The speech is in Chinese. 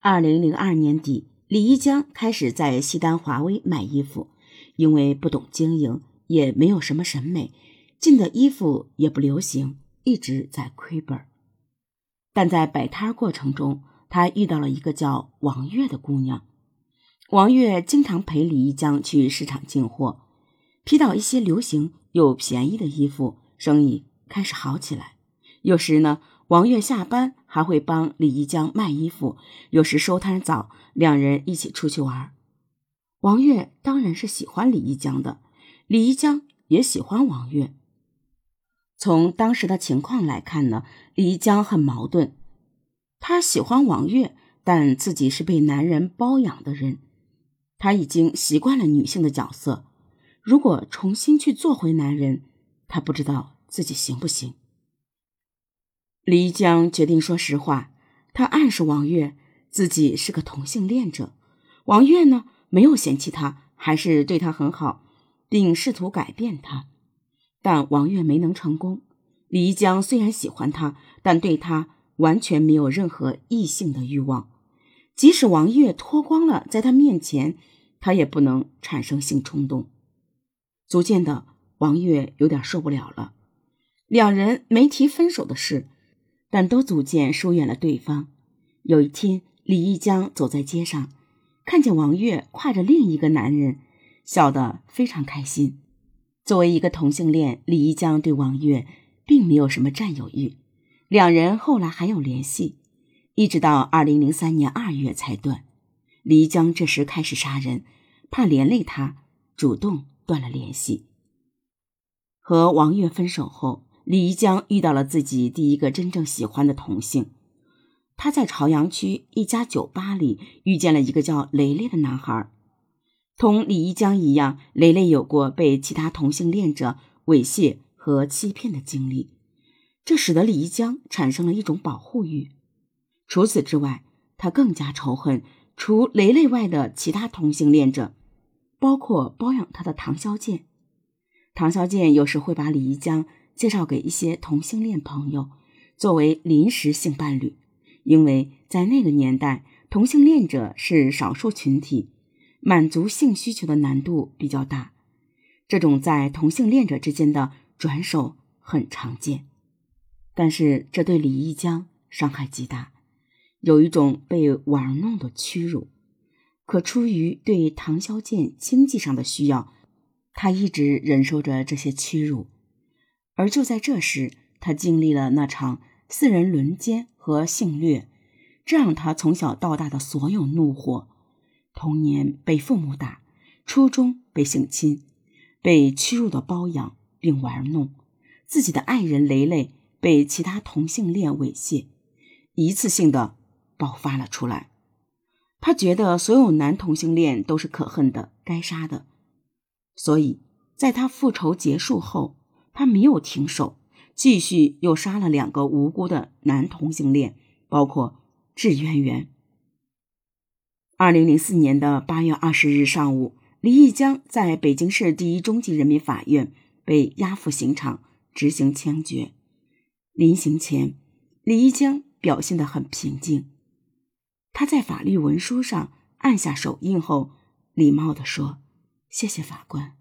2002年底，李一江开始在西单华威卖衣服，因为不懂经营，也没有什么审美，进的衣服也不流行，一直在亏本。但在摆摊过程中，他遇到了一个叫王月的姑娘。王月经常陪李一江去市场进货，批到一些流行又便宜的衣服，生意开始好起来。有时呢，王月下班还会帮李一江卖衣服，有时收摊早，两人一起出去玩。王月当然是喜欢李一江的，李一江也喜欢王月。从当时的情况来看呢，李一江很矛盾，他喜欢王月，但自己是被男人包养的人，他已经习惯了女性的角色，如果重新去做回男人，他不知道自己行不行。李一江决定说实话，他暗示王月自己是个同性恋者。王月呢，没有嫌弃他，还是对他很好，并试图改变他。但王月没能成功。李一江虽然喜欢他，但对他完全没有任何异性的欲望。即使王月脱光了在他面前，他也不能产生性冲动。逐渐的，王月有点受不了了。两人没提分手的事，但都逐渐疏远了对方。有一天，李一江走在街上，看见王月挎着另一个男人，笑得非常开心。作为一个同性恋，李一江对王月并没有什么占有欲，两人后来还有联系，一直到2003年2月才断。李一江这时开始杀人，怕连累他，主动断了联系。和王月分手后，李一江遇到了自己第一个真正喜欢的同性。他在朝阳区一家酒吧里遇见了一个叫雷雷的男孩。同李一江一样，雷雷有过被其他同性恋者猥亵和欺骗的经历，这使得李一江产生了一种保护欲。除此之外，他更加仇恨除雷雷外的其他同性恋者，包括包养他的唐小健。唐小健有时会把李一江介绍给一些同性恋朋友，作为临时性伴侣，因为在那个年代，同性恋者是少数群体，满足性需求的难度比较大，这种在同性恋者之间的转手很常见。但是这对李一江伤害极大，有一种被玩弄的屈辱。可出于对唐小健经济上的需要，他一直忍受着这些屈辱。而就在这时，他经历了那场4人轮奸和性虐，这让他从小到大的所有怒火：童年被父母打，初中被性侵，被屈辱的包养并玩弄，自己的爱人雷雷被其他同性恋猥亵，一次性的爆发了出来。他觉得所有男同性恋都是可恨的，该杀的。所以在他复仇结束后，他没有停手，继续又杀了2个无辜的男同性恋，包括智渊源。2004年的8月20日上午，李一江在北京市第一中级人民法院被押赴刑场执行枪决。临刑前，李一江表现得很平静。他在法律文书上按下手印后，礼貌地说：“谢谢法官。”